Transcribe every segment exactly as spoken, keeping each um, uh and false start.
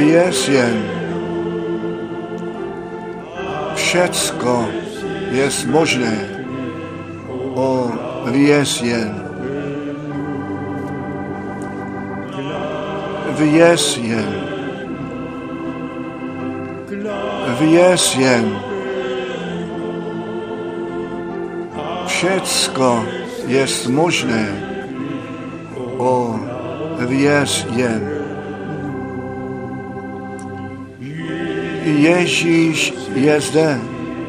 Věř jen. Všecko je možné. O, věř jen. Věř jen. Věř jen. Všecko je možné. O, věř jen. Ježíš je zde.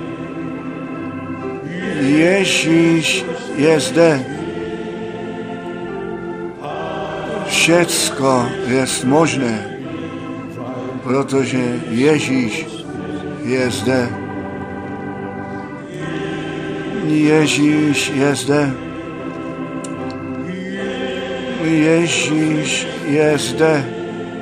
Ježíš je zde. Všecko je možné, protože Ježíš je zde. Ježíš je zde. Ježíš je zde.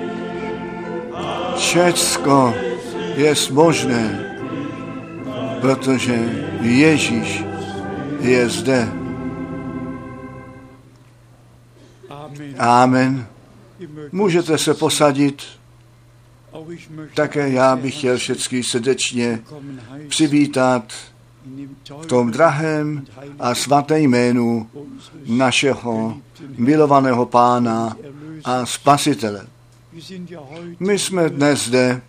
Všecko je možné, protože Ježíš je zde. Amen. Můžete se posadit. Také já bych chtěl všechny srdečně přivítat v tom drahém a svatém jménu našeho milovaného Pána a Spasitele. My jsme dnes zde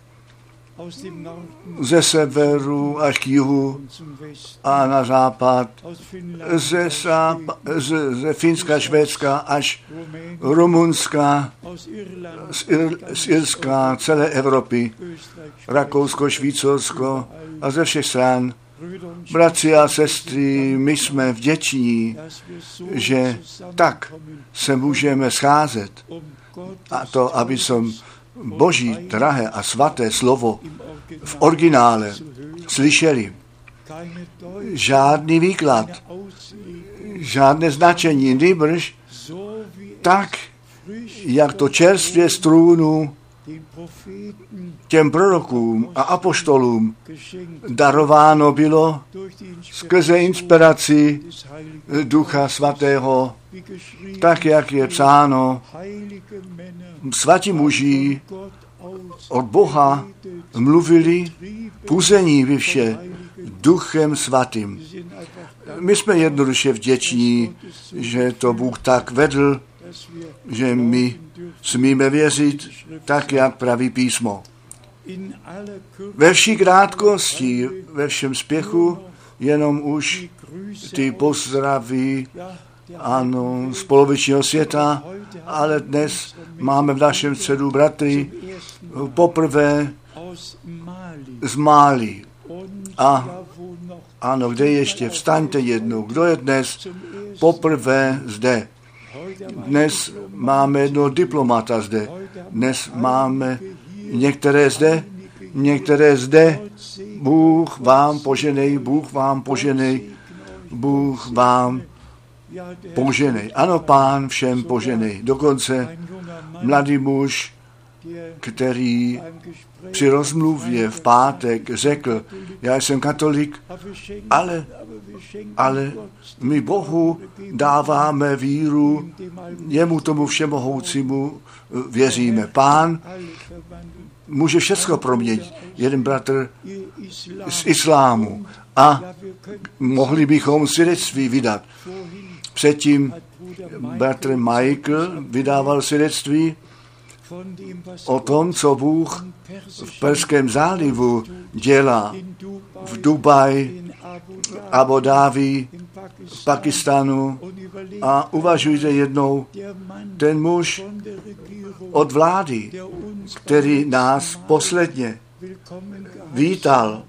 ze severu až k jihu a na západ, ze, zápa- ze, ze Finska, Švédska až Rumunska, z, Ir- z Irska, celé Evropy, Rakousko, Švýcarsko a ze všech stran. Bratři a sestry, my jsme vděční, že tak se můžeme scházet. A to, aby som Boží drahé a svaté slovo v originále slyšeli. Žádný výklad, žádné značení, nýbrž tak, jak to čerstvě z trůnu těm prorokům a apoštolům darováno bylo skrze inspiraci Ducha Svatého, tak, jak je psáno, svatí muži od Boha mluvili puzení vy vše Duchem Svatým. My jsme jednoduše vděční, že to Bůh tak vedl, že my smíme věřit tak, jak praví písmo. Ve vší krátkosti, ve všem spěchu, jenom už ty pozdraví, ano, z polovičního světa, ale dnes máme v našem středu bratry poprvé z Málí. A ano, kde ještě? Vstaňte jednou. Kdo je dnes poprvé zde? Dnes máme jednoho diplomata zde. Dnes máme některé zde, některé zde. Bůh vám poženej, Bůh vám poženej, Bůh vám poženej. Ano, Pán všem poženej. Dokonce mladý muž, který při rozmluvě v pátek řekl, já jsem katolik, ale, ale my Bohu dáváme víru, jemu tomu všemohoucímu věříme. Pán může všechno proměnit. Jeden bratr z islámu a mohli bychom svědectví vydat. Předtím bratr Michael vydával svědectví o tom, co Bůh v Perském zálivu dělá, v Dubaji, Abu Dhabi, v Pakistánu. A uvažujte jednou, ten muž od vlády, který nás posledně vítal,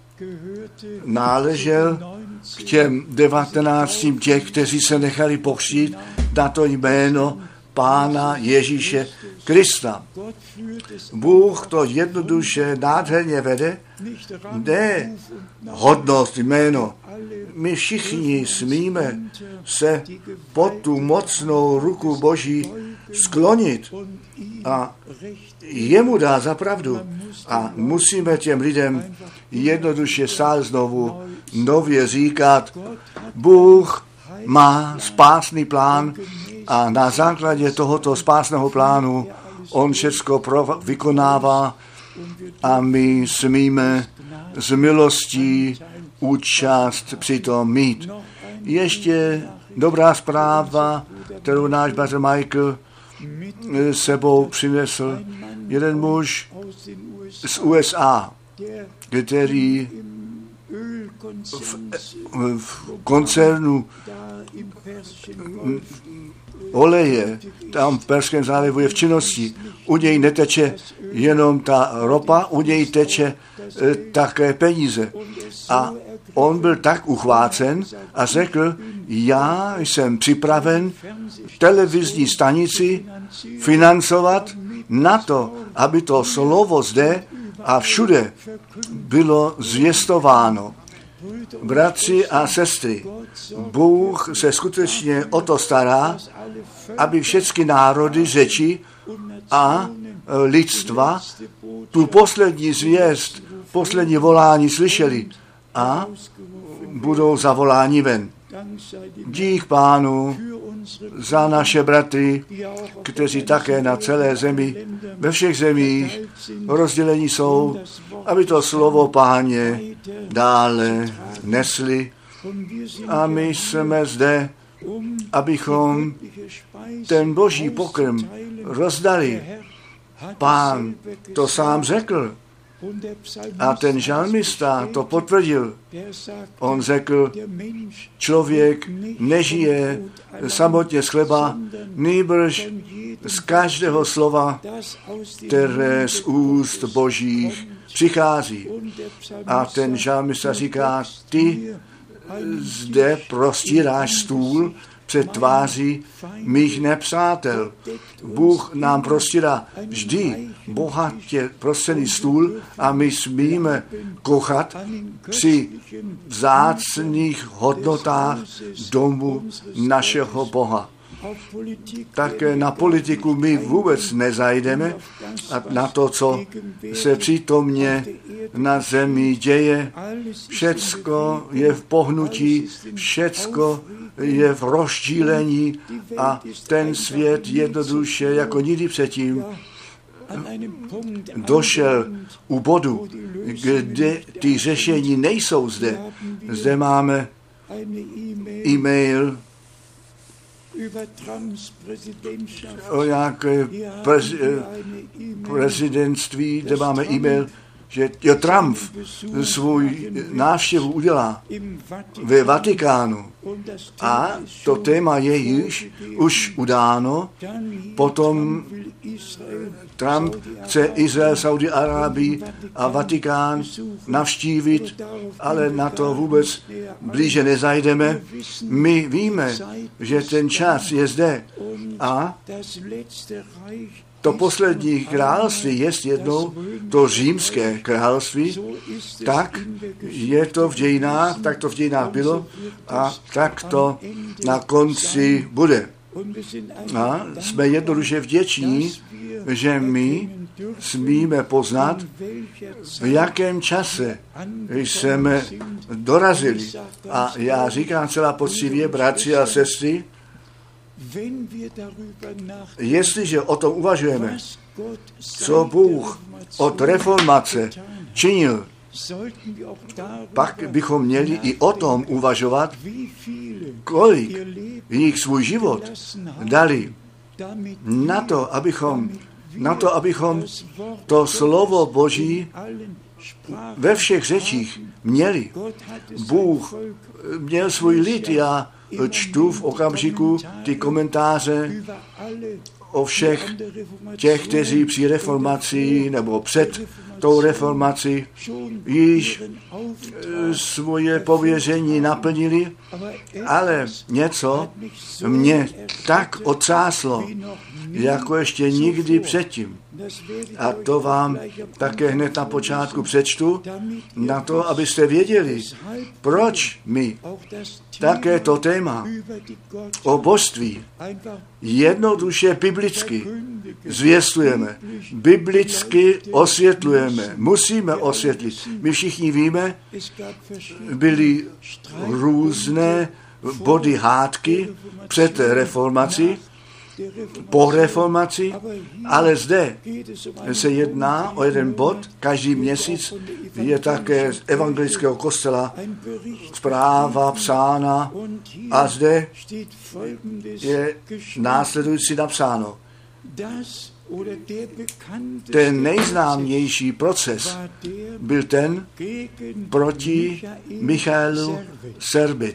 náležel k těm devatenáctím těch, kteří se nechali pokřtít na to jméno Pána Ježíše Krista. Bůh to jednoduše nádherně vede, ne hodnost, jméno. My všichni smíme se pod tu mocnou ruku Boží sklonit a jemu dá za pravdu. A musíme těm lidem jednoduše stále znovu nově říkat, Bůh má spásný plán a na základě tohoto spásného plánu on všecko pro, vykonává a my smíme z milostí účast přitom mít. Ještě dobrá zpráva, kterou náš bratr Michael sebou přinesl. Jeden muž z U S A, který v, v koncernu oleje, tam v Perském zálivu je v činnosti. U něj neteče jenom ta ropa, u něj teče e, také peníze. A on byl tak uchvácen a řekl, já jsem připraven televizní stanici financovat na to, aby to slovo zde a všude bylo zvěstováno. Bratři a sestry, Bůh se skutečně o to stará, aby všechny národy, řeči a lidstva tu poslední zvěst, poslední volání slyšeli a budou zavoláni ven. Dík Pánu za naše bratry, kteří také na celé zemi, ve všech zemích rozdělení jsou, aby to slovo Páně dále nesli. A my jsme zde, abychom ten boží pokrm rozdali. Pán to sám řekl. A ten žalmista to potvrdil. On řekl, člověk nežije samotně z chleba, nýbrž z každého slova, které z úst božích přichází. A ten žalmista říká, ty zde prostíráš stůl před tváří mých nepřátel. Bůh nám prostírá vždy bohatě prostřený stůl a my smíme kochat při vzácných hodnotách domu našeho Boha. Také na politiku my vůbec nezajdeme a na to, co se přítomně na zemi děje. Všecko je v pohnutí, všecko je v rozčílení a ten svět jednoduše jako nikdy předtím došel u bodu, kde ty řešení nejsou zde. Zde máme e-mail o nějaké prez, prezidentství, kde máme e-mail, že jo, Trump svůj návštěvu udělá ve Vatikánu a to téma je již už udáno. Potom Trump chce Izrael, Saudi-Arábii a Vatikán navštívit, ale na to vůbec blíže nezajdeme. My víme, že ten čas je zde a to poslední království je jednou to římské království, tak je to v dějinách, tak to v dějinách bylo a tak to na konci bude. A jsme jednoduše vděční, že my smíme poznat, v jakém čase jsme dorazili. A já říkám celá poctivě, bratři a sestry, jestliže o tom uvažujeme, co Bůh od reformace činil, pak bychom měli i o tom uvažovat, kolik jich svůj život dali na to, abychom, na to, abychom to slovo Boží ve všech řečích měli. Bůh měl svůj lid, já čtu v okamžiku ty komentáře o všech těch, kteří při reformaci nebo před tou reformací již svoje pověření naplnili, ale něco mě tak otřáslo, jako ještě nikdy předtím. A to vám také hned na počátku přečtu, na to, abyste věděli, proč my také to téma o božství jednoduše biblicky zvěstujeme, biblicky osvětlujeme, musíme osvětlit. My všichni víme, byly různé body hádky před reformací. po reformaci, ale zde se jedná o jeden bod. Každý měsíc je také z evangelického kostela zpráva psána a zde je následující napsáno. Ten nejznámější proces byl ten proti Michaelu Servet.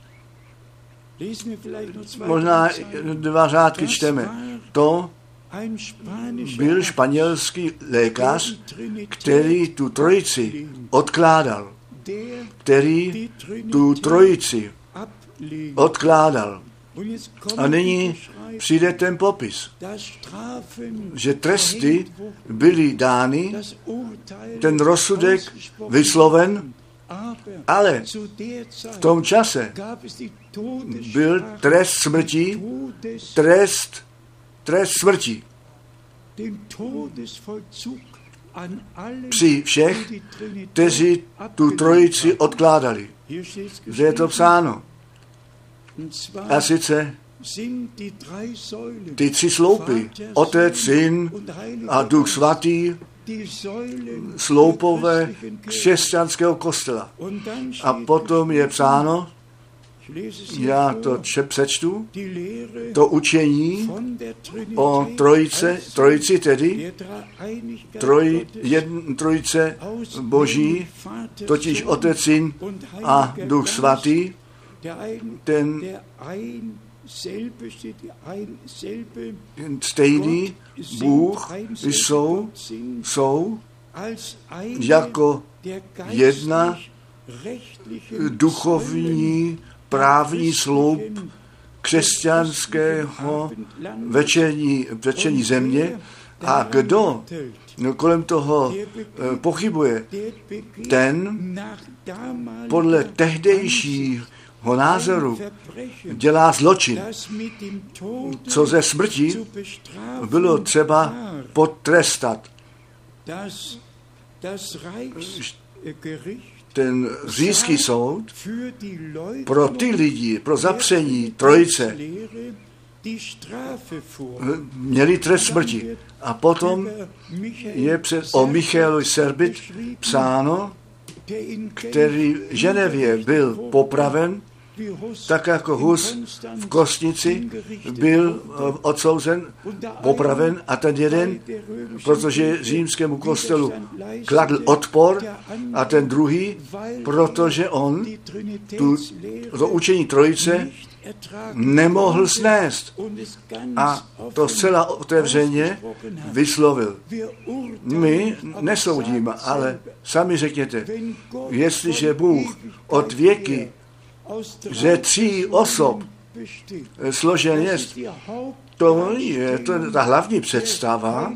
Možná dva řádky čteme. To byl španělský lékař, který tu trojici odkládal. Který tu trojici odkládal. A nyní přijde ten popis, že tresty byly dány, ten rozsudek vysloven, ale v tom čase byl trest smrti, trest, trest smrti při všech, kteří tu trojici odkládali. Že je to psáno. A sice ty tři sloupy, Otec, Syn a Duch Svatý, sloupové křesťanského kostela. A potom je psáno, já to přečtu, to učení o trojice, trojici tedy, troj, jedn, trojice Boží, totiž Otec, Syn a Duch Svatý, ten stejný Bůh jsou, jsou jako jedna duchovní právní sloup křesťanského večerní, večerní země. A kdo no, kolem toho pochybuje, ten podle tehdejšího názoru dělá zločin, co ze smrti bylo třeba potrestat. Ten říšský soud pro ty lidi, pro zapření trojice, měli trest smrti. A potom je před, o Michaelu Servet psáno, který v Ženevě byl popraven, tak jako Hus v Kostnici byl odsouzen, popraven a ten jeden, protože římskému kostelu kladl odpor a ten druhý, protože on tu, to učení trojice nemohl snést. A to zcela otevřeně vyslovil. My nesoudíme, ale sami řekněte, jestliže Bůh od věky ze tří osob složen je, to je to ta hlavní představa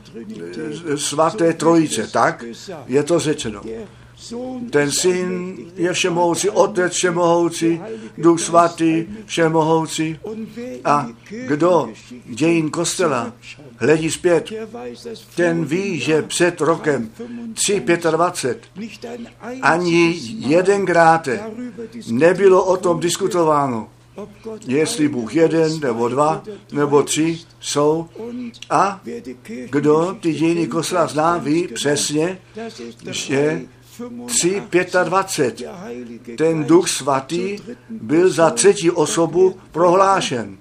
svaté trojice. Tak je to řečeno. Ten Syn je všemohoucí, Otec všemohoucí, Duch Svatý všemohoucí. A kdo dějin kostela hledí zpět, ten ví, že před rokem tři dvacet pět ani jedenkrát nebylo o tom diskutováno, jestli Bůh jeden, nebo dva, nebo tři jsou. A kdo ty dějiny kostela zná, ví přesně, že tři dvacet pět ten Duch Svatý byl za třetí osobu prohlášen.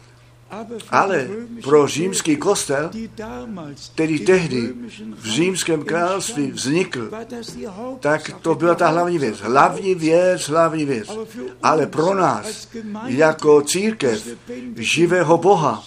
Ale pro římský kostel, který tehdy v římském království vznikl, tak to byla ta hlavní věc. Hlavní věc, hlavní věc. Ale pro nás, jako církev živého Boha,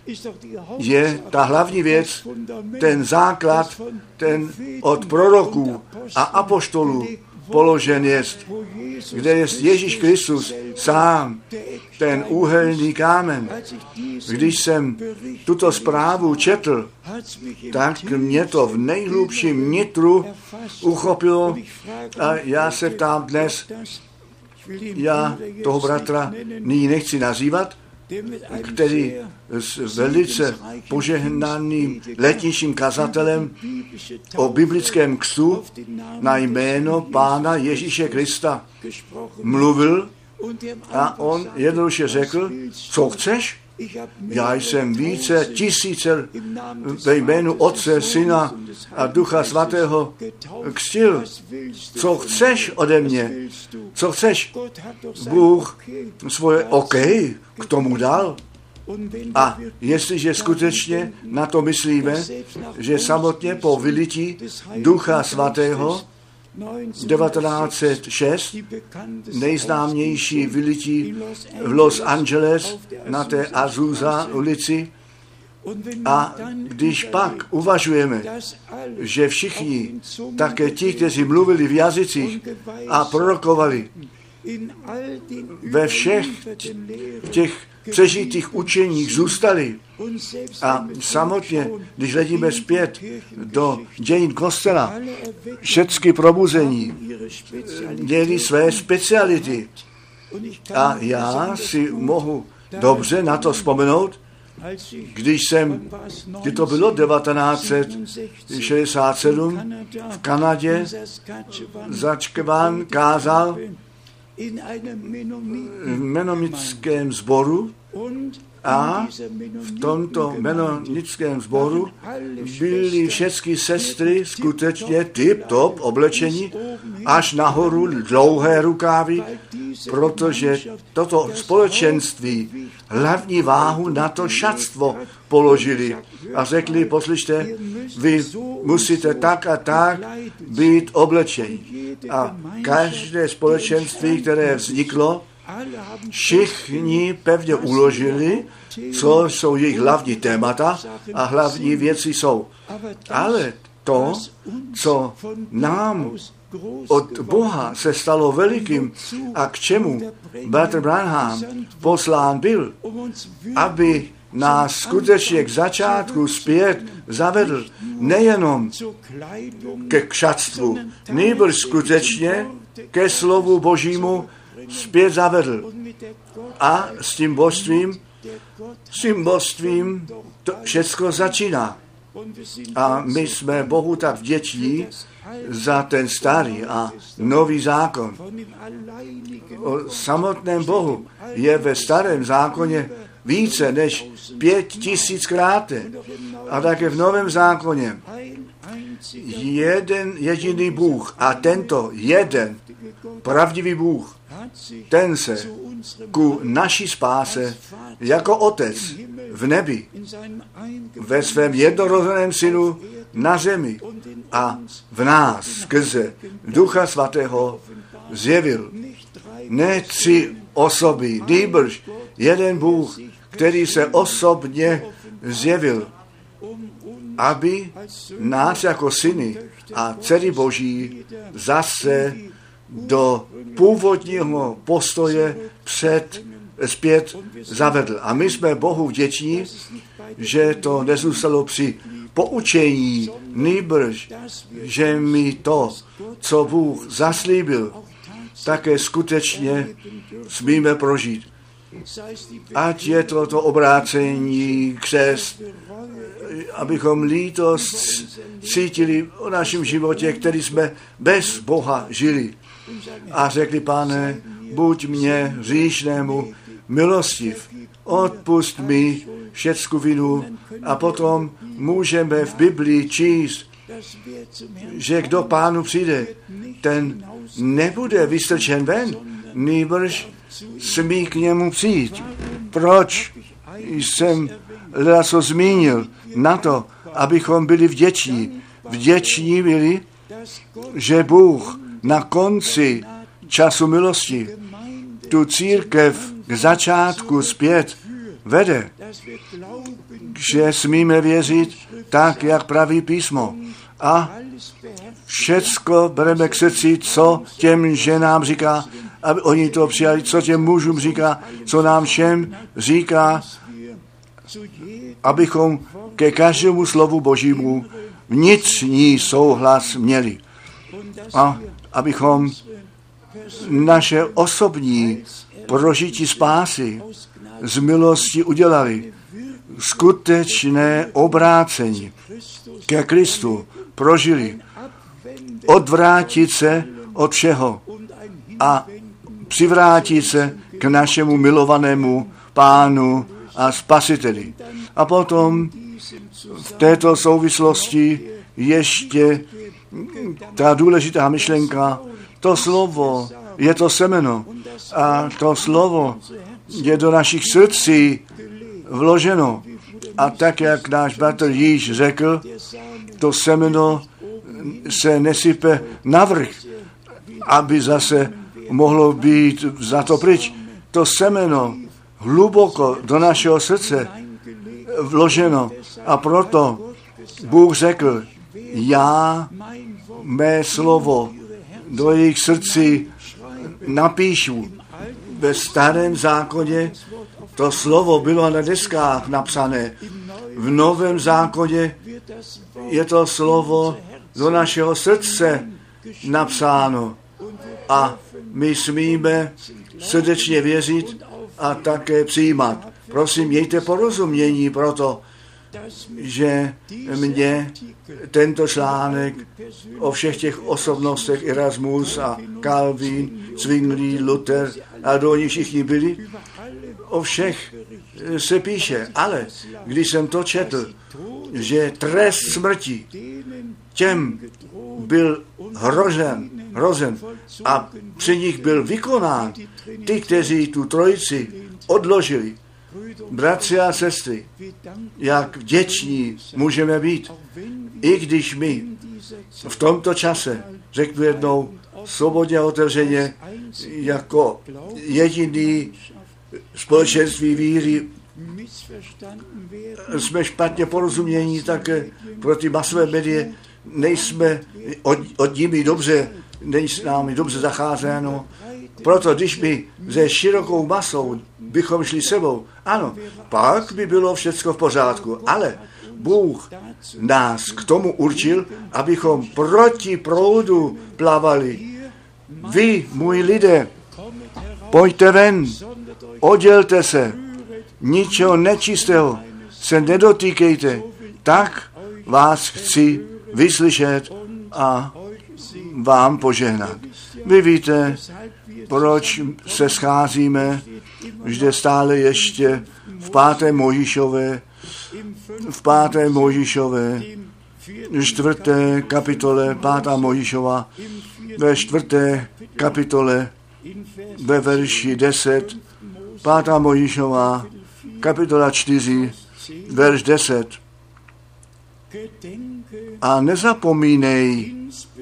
je ta hlavní věc, ten základ, ten od proroků a apoštolů položen jest, kde je Ježíš Kristus sám, ten úhelný kámen. Když jsem tuto zprávu četl, tak mě to v nejhlubším nitru uchopilo a já se ptám dnes, já toho bratra nyní nechci nazývat, který s velice požehnaným letničním kazatelem o biblickém křtu na jméno Pána Ježíše Krista mluvil a on jednoduše řekl, co chceš? Já jsem více tisíce ve jménu Otce, Syna a Ducha Svatého křtil. Co chceš ode mě? Co chceš? Bůh svoje OK k tomu dal. A jestliže skutečně na to myslíme, že samotně po vylití Ducha Svatého devatenáct set šest, nejznámější vylití v Los Angeles na té Azusa ulici, a když pak uvažujeme, že všichni, také ti, kteří mluvili v jazycích a prorokovali, ve všech těch přežitých učeních zůstali. A samotně, když hledíme zpět do dějin kostela, všechny probuzení měli své speciality. A já si mohu dobře na to vzpomenout, když jsem, kdy to bylo devatenáct set šedesát sedm, v Kanadě Saskatchewan kázal v menonickém sboru, a v tomto menonickém sboru byly všechny sestry skutečně tip-top oblečení, až nahoru dlouhé rukávy, protože toto společenství hlavní váhu na to šatstvo položili a řekli, poslyšte, vy musíte tak a tak být oblečení. A každé společenství, které vzniklo, všichni pevně uložili, co jsou jejich hlavní témata a hlavní věci jsou. Ale to, co nám od Boha se stalo velikým a k čemu bratr Branham poslán byl, aby nás skutečně k začátku zpět zavedl nejenom ke kšatstvu, nýbrž skutečně ke slovu Božímu zpět zavedl. A s tím božstvím, s tím božstvím to všecko začíná. A my jsme Bohu tak vděční za ten starý a nový zákon. O samotném Bohu je ve starém zákoně více než pět tisíckrát. A také v novém zákoně jeden jediný Bůh a tento jeden pravdivý Bůh, ten se ku naší spáse jako Otec v nebi ve svém jednorozeném synu na zemi a v nás skrze Ducha Svatého zjevil. Ne tři osoby, nýbrž jeden Bůh, který se osobně zjevil, aby nás jako syny a dcery Boží zase do původního postoje před, zpět zavedl. A my jsme Bohu vděční, že to nezůstalo při poučení, nýbrž, že mi to, co Bůh zaslíbil, také skutečně smíme prožít. Ať je to to obrácení, křest, abychom lítost cítili o našem životě, který jsme bez Boha žili. A řekli, Pane, buď mě hříšnému milostiv, odpust mi všecku vinu. A potom můžeme v Biblii číst, že kdo Pánu přijde, ten nebude vystrčen ven, nýbrž smí k němu přijít. Proč jsem ledaco zmínil na to, abychom byli vděční. Vděční byli, že Bůh na konci času milosti tu církev k začátku zpět vede, že smíme věřit tak, jak praví písmo. A všecko bereme k srdci, co těm ženám říká, aby oni to přijali, co těm mužům říká, co nám všem říká, abychom ke každému slovu Božímu vnitřní souhlas měli. A abychom naše osobní prožití spásy z milosti udělali skutečné obrácení ke Kristu, prožili, odvrátit se od všeho a přivrátit se k našemu milovanému Pánu a spasiteli. A potom v této souvislosti ještě ta důležitá myšlenka, to slovo je to semeno a to slovo je do našich srdcí vloženo. A tak, jak náš bratr již řekl, to semeno se nesype navrch, aby zase mohlo být za to pryč. To semeno hluboko do našeho srdce vloženo a proto Bůh řekl, já mé slovo do jejich srdcí napíšu. Ve starém zákoně to slovo bylo na deskách napsané. V novém zákoně je to slovo do našeho srdce napsáno. A my smíme srdečně věřit a také přijímat. Prosím, mějte porozumění proto, že mě tento článek o všech těch osobnostech Erasmus a Calvin, Zwingli, Luther a do nich všichni byli, o všech se píše. Ale když jsem to četl, že trest smrti těm byl hrozen, hrozen a při nich byl vykonán, ty, kteří tu trojici odložili, bratři a sestry, jak vděční můžeme být, i když my v tomto čase, řeknu jednou, svobodně a otevřeně, jako jediný společenství víry, jsme špatně porozumění, tak pro ty masové média nejsme od, od nimi dobře, není s námi dobře zacházeno. Proto, když my se širokou masou bychom šli sebou, ano, pak by bylo všecko v pořádku, ale Bůh nás k tomu určil, abychom proti proudu plavali. Vy, můj lidé, pojďte ven, oddělte se, ničeho nečistého se nedotýkejte, tak vás chci vyslyšet a vám požehnat. Vy víte, proč se scházíme vždy stále ještě v páté Mojžíšové, v páté Mojžíšové, čtvrté kapitole, pátá Mojžíšova, ve čtvrté kapitole, ve verši deset, pátá Mojžíšova, kapitola čtyři, verš deset. A nezapomínej,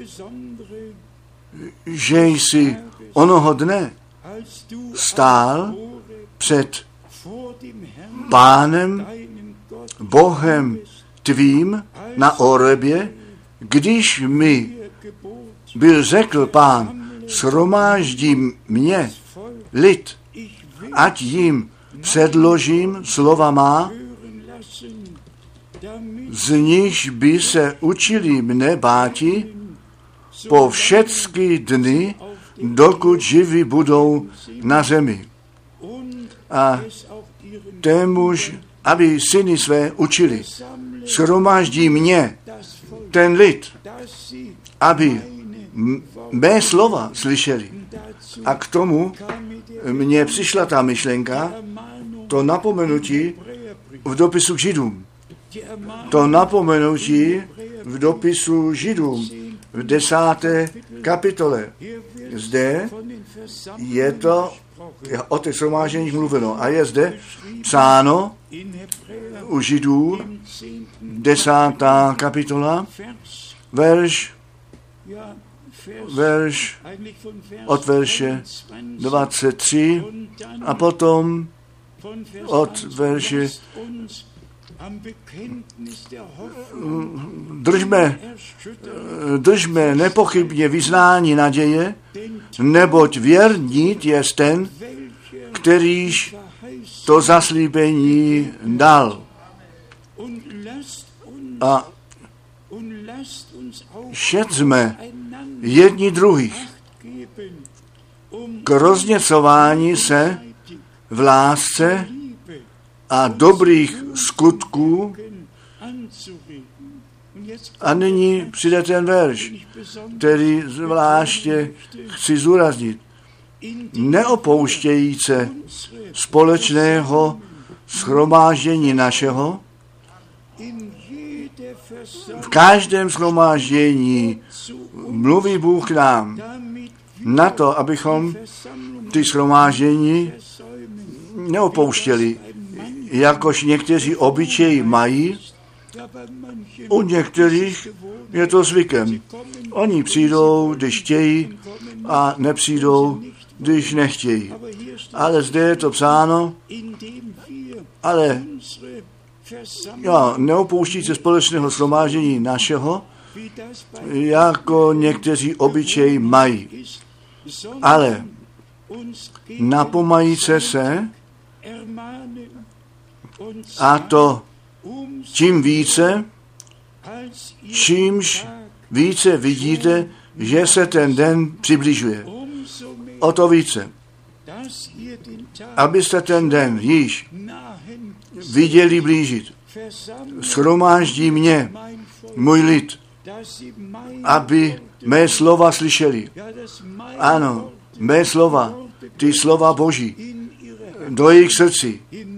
že jsi onoho dne stál před Pánem, Bohem tvým na Orebě, když mi byl řekl Pán, shromáždí mě lid, ať jim předložím slova má, z nichž by se učili mne báti po všechny dny, dokud živí budou na zemi. A témuž, aby syny své učili, shromáždí mě ten lid, aby mé slova slyšeli. A k tomu mně přišla ta myšlenka, to napomenutí v dopisu k Židům. To napomenutí v dopisu Židům v desáté kapitole. Zde je to o těch shromážděních mluveno. A je zde psáno u Židů desátá kapitola, verš, verš od verše dvacet tři a potom od verše Držme, držme nepochybně vyznání naděje, neboť věrný je ten, kterýž to zaslíbení dal. A šetřme jedni druhých k rozněcování se v lásce a dobrých skutků. A nyní přijde ten verš, který zvláště chci zúraznit. Neopouštějíce společného shromáždění našeho, v každém shromáždění mluví Bůh k nám na to, abychom ty shromáždění neopouštěli, jakož někteří obyčej mají, u některých je to zvykem. Oni přijdou, když chtějí, a nepřijdou, když nechtějí. Ale zde je to psáno, ale já, neopouštíte společného shromáždění našeho, jako někteří obyčej mají. Ale napomajíce se, a to čím více, čímž více vidíte, že se ten den přibližuje. O to více. Abyste ten den již viděli blížit. Shromáždí mě, můj lid, aby mé slova slyšeli. Ano, mé slova, ty slova Boží, do jejich srdcí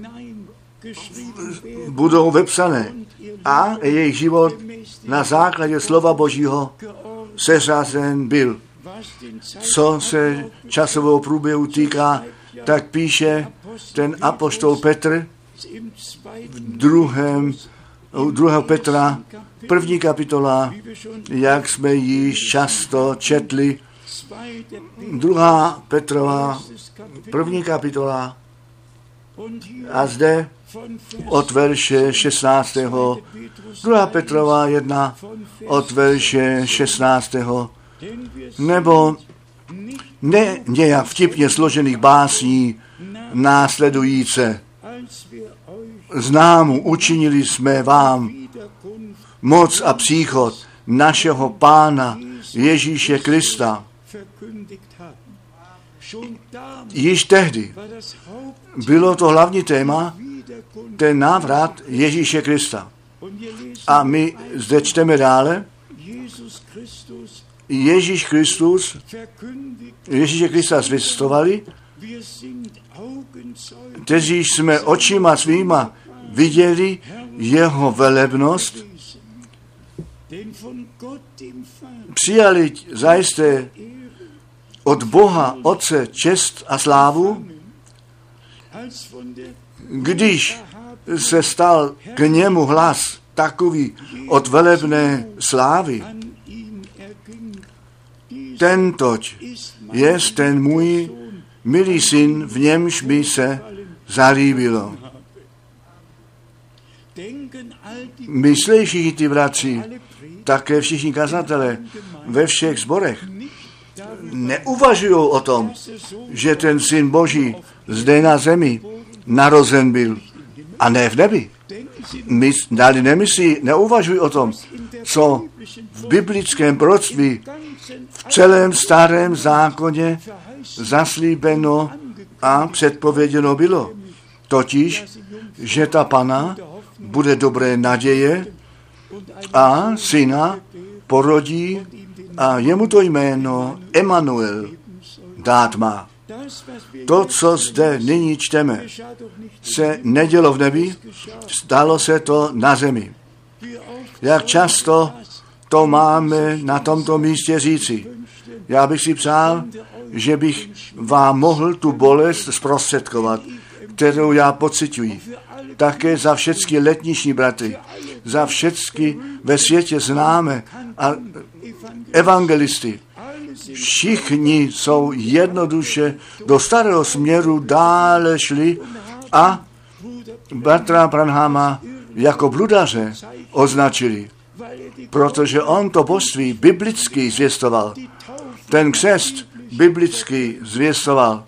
budou vepsané a jejich život na základě slova Božího seřazen byl. Co se časového průběhu týká, tak píše ten apoštol Petr v druhém, druhého Petra, první kapitola, jak jsme již často četli, druhá Petrova, první kapitola, a zde od verše šestnáctého. druhá Petrova jedna od verše šestnáctého. Nebo ne nějak vtipně složených básní následujíce. Známu učinili jsme vám moc a příchod našeho Pána Ježíše Krista. Již tehdy bylo to hlavní téma, ten návrat Ježíše Krista. A my zde čteme dále, Ježíš Kristus, Ježíše Krista zvěstovali, kteří jsme očima svýma viděli jeho velebnost, přijali zajisté od Boha Otce čest a slávu, když se stal k němu hlas takový od velebné slávy. Tentoť je ten můj milý syn, v němž mi se zalíbilo. Myslí všichni ty bratři, také všichni kazatelé ve všech sborech neuvažují o tom, že ten syn Boží zde na zemi narozen byl a ne v nebi. My dále nemyslí, neuvažují o tom, co v biblickém proroctví v celém starém zákoně zaslíbeno a předpověděno bylo. Totiž, že ta Panna bude dobré naděje a syna porodí a jemu to jméno Emanuel dát má. To, co zde nyní čteme, se nedělo v nebi, stalo se to na zemi. Jak často to máme na tomto místě říci. Já bych si přál, že bych vám mohl tu bolest zprostředkovat, kterou já pociťuji. Také za všechny letniční bratry, za všechny ve světě známe a evangelisty. Všichni jsou jednoduše do starého směru dále šli a bratra Branhama jako bludaře označili, protože on to božství biblicky zvěstoval. Ten křest biblicky zvěstoval.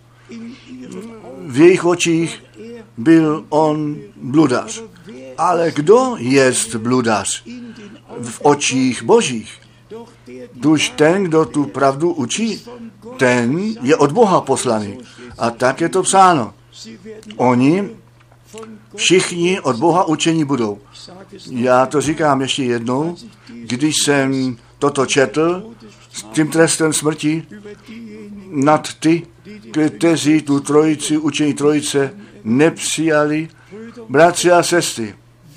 V jejich očích byl on bludař. Ale kdo jest bludař v očích božích? Duž ten, kdo tu pravdu učí, ten je od Boha poslaný. A tak je to psáno. Oni všichni od Boha učení budou. Já to říkám ještě jednou, když jsem toto četl s tím trestem smrti nad ty, kteří tu trojici, učení trojice nepřijali Bratři a sestry,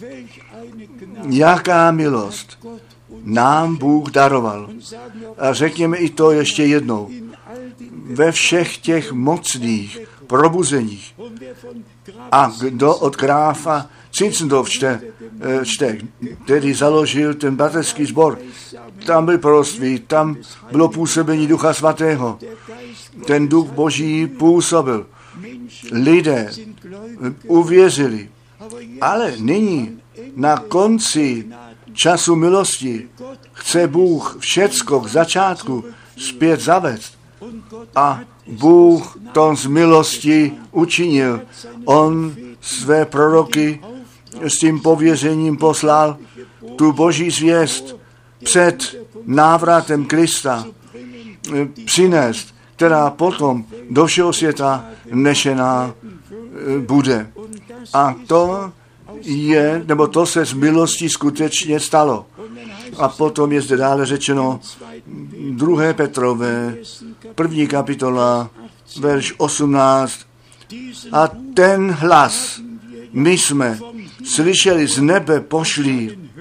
jaká milost nám Bůh daroval. A řekněme i to ještě jednou. Ve všech těch mocných probuzeních. A kdo od gráfa Zinzendorf čte, čte, který založil ten bratrský sbor, tam byl proroctví, tam bylo působení Ducha Svatého. Ten Duch Boží působil. Lidé uvěřili. Ale nyní, na konci času milosti, chce Bůh všecko k začátku zpět zavést. A Bůh to z milosti učinil. On své proroky s tím pověřením poslal tu Boží zvěst před návratem Krista přinést, která potom do všeho světa nešená bude. A to je, nebo to se z milostí skutečně stalo. A potom je zde dále řečeno druhé Petrové, první kapitola, verš osmnáct. A ten hlas my jsme slyšeli z nebe pošlý,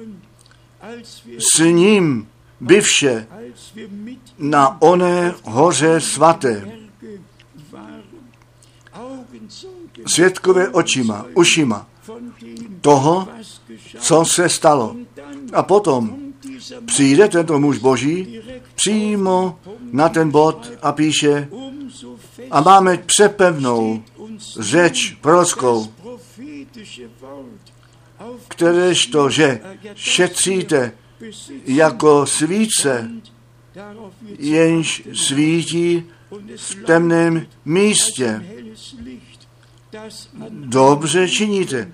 s ním byvše na oné hoře svaté. Svědkové očima, ušima toho, co se stalo. A potom přijde tento muž Boží přímo na ten bod a píše, a máme přepevnou řeč prorockou, kteréžto, že šetříte jako svíce, jenž svítí v temném místě. Dobře činíte,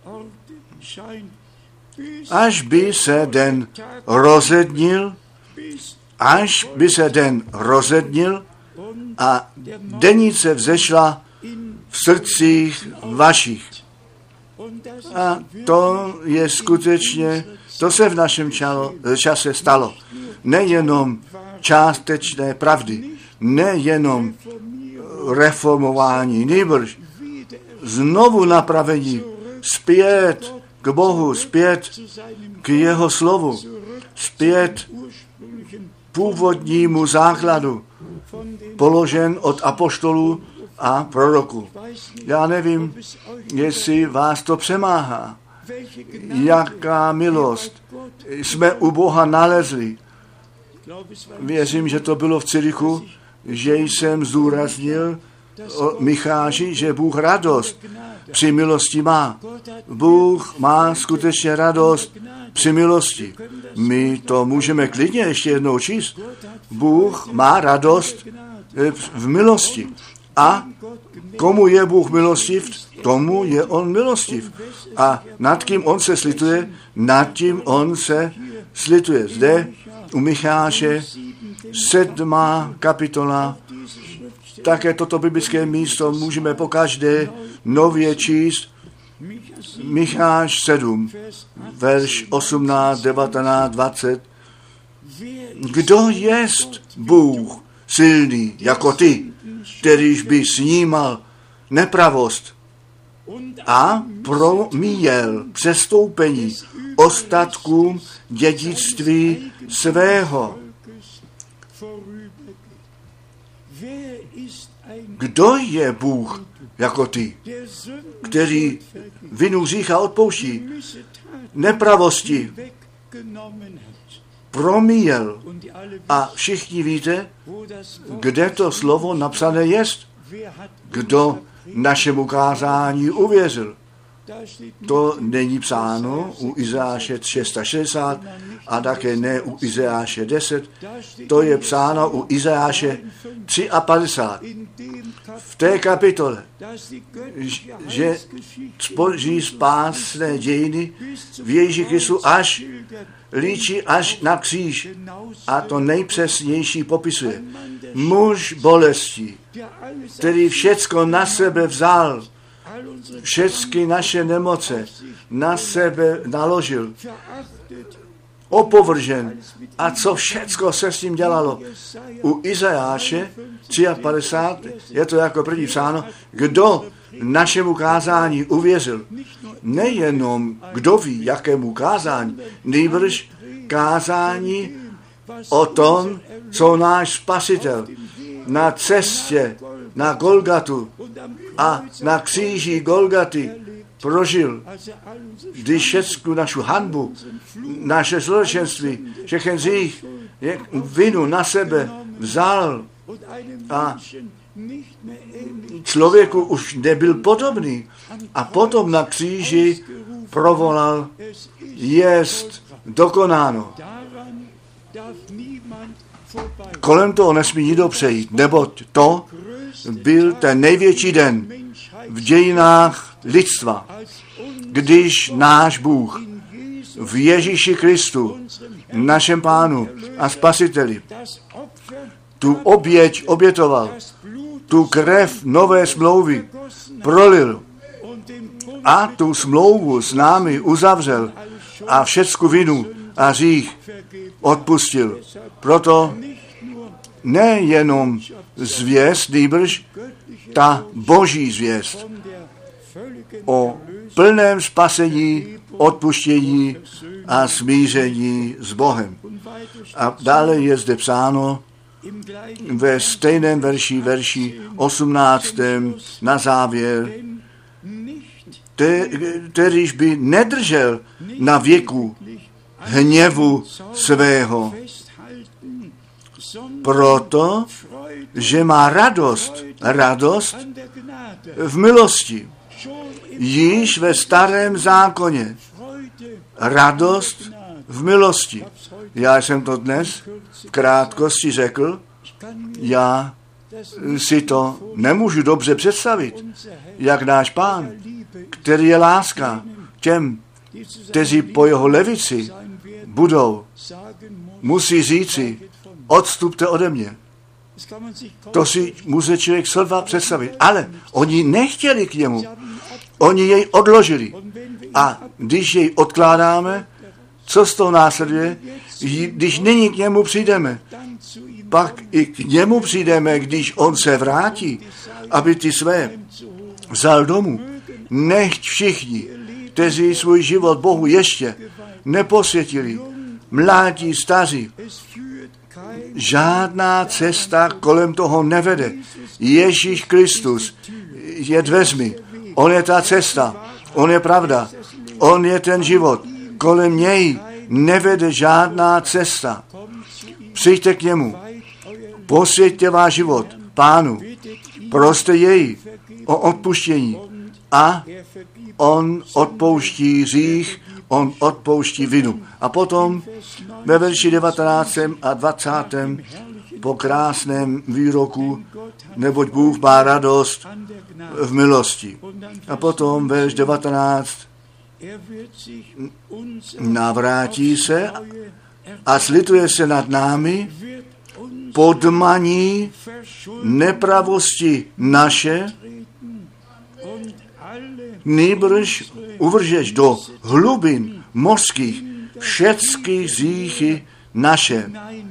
až by se den rozednil, až by se den rozednil a denice vzešla v srdcích vašich. A to je skutečně, to se v našem čalo, čase stalo. Nejenom částečné pravdy, nejenom reformování, nýbrž znovu napravení, zpět k Bohu, zpět k jeho slovu, zpět původnímu základu, položen od apoštolů a proroků. Já nevím, jestli vás to přemáhá. Jaká milost jsme u Boha nalezli. Věřím, že to bylo v Cirichu, že jsem zdůraznil o Micháši, že Bůh radost při milosti má. Bůh má skutečně radost při milosti. My to můžeme klidně ještě jednou číst. Bůh má radost v milosti. A komu je Bůh milostiv, tomu je on milostiv. A nad kým on se slituje, nad tím on se slituje. Zde u Micháše sedmá kapitola, také toto biblické místo můžeme pokaždé nově číst. Micháš sedm, verš osmnáct, devatenáct, dvacet. Kdo jest Bůh silný jako ty, kterýž by snímal nepravost a promíjel přestoupení ostatkům dědictví svého? Kdo je Bůh jako ty, který vinu hřícha odpouští, nepravosti promíjel? A všichni víte, kde to slovo napsané jest? Kdo našemu kázání uvěřil? To není psáno u Izajáše šedesát šest a také ne u Izajáše deset. To je psáno u Izajáše padesát tři. V té kapitole, že Boží spásné dějiny v Ježíši Kristu až líčí až na kříž. A to nejpřesnější popisuje. Muž bolesti, který všecko na sebe vzal, všechny naše nemoce na sebe naložil, opovržen. A co všecko se s tím dělalo? U Izajáše padesát tři je to jako první psáno, kdo našemu kázání uvěřil. Nejenom kdo ví, jakému kázání, nýbrž kázání o tom, co náš Spasitel na cestě na Golgatu a na kříži Golgaty prožil, když všecku našu hanbu, naše zločenství, všechen z nich vinu na sebe vzal a člověku už nebyl podobný. A potom na kříži provolal, jest dokonáno. Kolem toho nesmí nikdo přejít, neboť to byl ten největší den v dějinách lidstva, když náš Bůh v Ježíši Kristu, našem Pánu a Spasiteli, tu oběť obětoval, tu krev nové smlouvy prolil a tu smlouvu s námi uzavřel a všecku vinu a hřích odpustil. Proto nejenom zvěst, nýbrž ta boží zvěst o plném spasení, odpuštění a smíření s Bohem. A dále je zde psáno ve stejném verši, verši osmnáctém na závěr, kterýž by nedržel na věku hněvu svého. Proto, že má radost, radost v milosti. Již ve starém zákoně radost v milosti. Já jsem to dnes v krátkosti řekl, já si to nemůžu dobře představit, jak náš Pán, který je láska těm, kteří po jeho levici budou, musí říci, odstupte ode mě. To si může člověk sotva představit. Ale oni nechtěli k němu. Oni jej odložili. A když jej odkládáme, co z toho následuje? Když nyní k němu přijdeme, pak i k němu přijdeme, když on se vrátí, aby ty své vzal domů. Nechť všichni, kteří svůj život Bohu ještě neposvětili, mládí, staří, žádná cesta kolem toho nevede. Ježíš Kristus je dveřmi. On je ta cesta. On je pravda. On je ten život. Kolem něj nevede žádná cesta. Přijďte k němu. Posvěťte váš život Pánu. Proste jej o odpuštění. A on odpouští hřích, on odpouští vinu. A potom ve verši devatenáctém a dvacátém po krásném výroku, neboť Bůh má radost v milosti. A potom verš devatenáct, navrátí se a slituje se nad námi, podmaní nepravosti naše, nýbrž uvržeš do hlubin mořských všecky hříchy naše.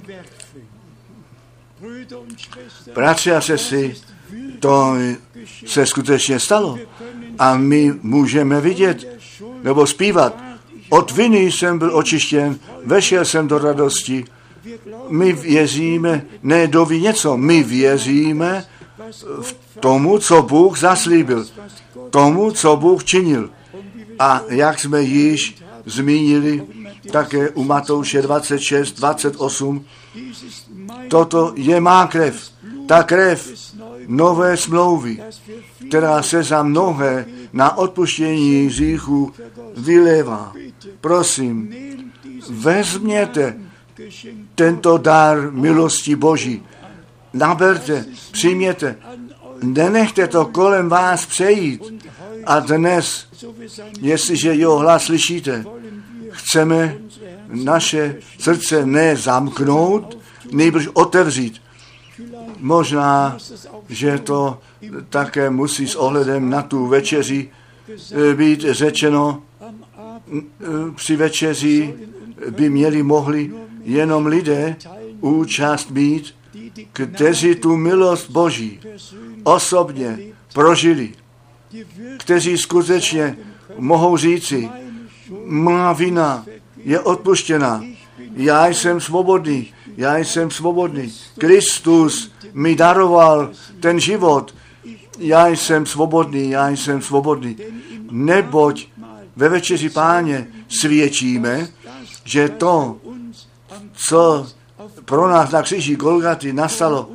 Bratři a sestry, to se skutečně stalo. A my můžeme vidět, nebo zpívat. Od viny jsem byl očištěn, vešel jsem do radosti. My věříme, ne doví něco, my věříme v tomu, co Bůh zaslíbil, tomu, co Bůh činil. A jak jsme již zmínili, také u Matouše dvacet šest, dvacet osm, toto je má krev, ta krev nové smlouvy, která se za mnohé na odpuštění hříchů vylévá. Prosím, vezměte tento dar milosti Boží. Naberte, přijměte, nenechte to kolem vás přejít. A dnes, jestliže jeho hlas slyšíte, chceme naše srdce ne zamknout, nejbrž otevřít. Možná, že to také musí s ohledem na tu večeři být řečeno. Při večeři by měli mohli jenom lidé účast mít, kteří tu milost Boží osobně prožili, kteří skutečně mohou říci, má vina je odpuštěna, já jsem svobodný, já jsem svobodný. Kristus mi daroval ten život, já jsem svobodný, já jsem svobodný. Neboť ve večeři Páně svědčíme, že to, co pro nás na kříži Golgaty nastalo,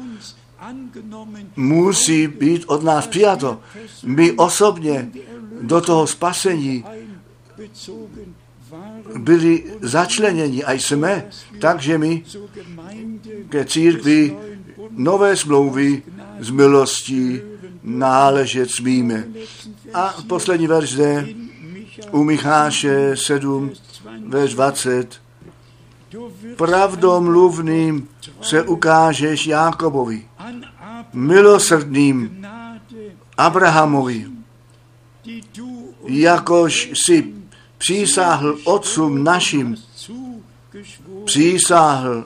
musí být od nás přijato. My osobně do toho spasení byli začleněni a jsme, takže my ke církvi nové smlouvy z milostí náležet smíme. A poslední verš zde u Micháše sedm, verš dvacet. Pravdomluvným se ukážeš Jákobovi, milosrdným Abrahamovi, jakož si přísáhl otcům našim, přísáhl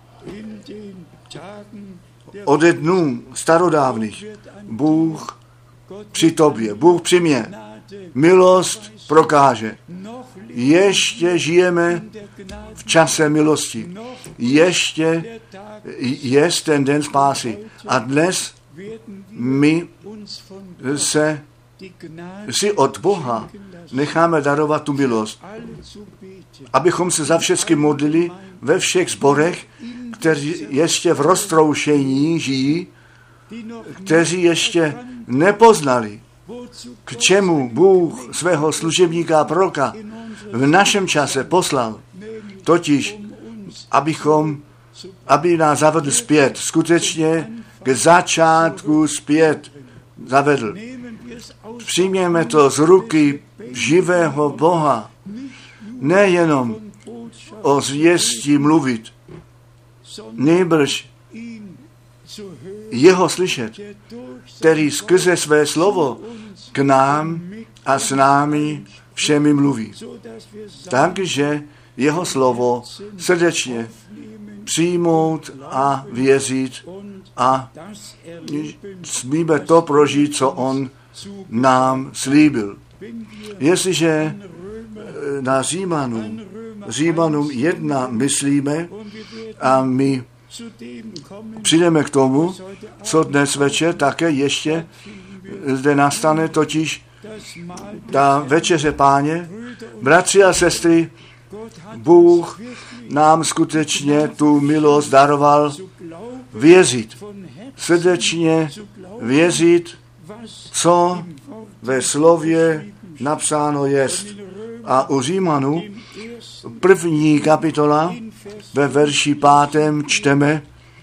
ode dnů starodávných. Bůh při tobě, Bůh při mě, milost prokáže. Ještě žijeme v čase milosti. Ještě je ten den spásy. A dnes my se si od Boha necháme darovat tu milost, abychom se za všechny modlili ve všech sborech, kteří ještě v roztroušení žijí, kteří ještě nepoznali, k čemu Bůh svého služebníka a proroka v našem čase poslal. Totiž, abychom, aby nás zavedl zpět, skutečně k začátku zpět zavedl. Přijměme to z ruky živého Boha, nejenom o zvěstí mluvit, nýbrž jeho slyšet, který skrze své slovo k nám a s námi všemi mluví. Takže jeho slovo srdečně přijmout a věřit a smíme to prožít, co on nám slíbil. Jestliže na Římanům, Římanům jedna myslíme a my přijdeme k tomu, co dnes večer také ještě zde nastane, totiž ta večeře Páně. Bratři a sestry, Bůh nám skutečně tu milost daroval věřit, srdečně věřit, co ve slově napsáno jest. A u Římanů první kapitola ve verši pátém čteme,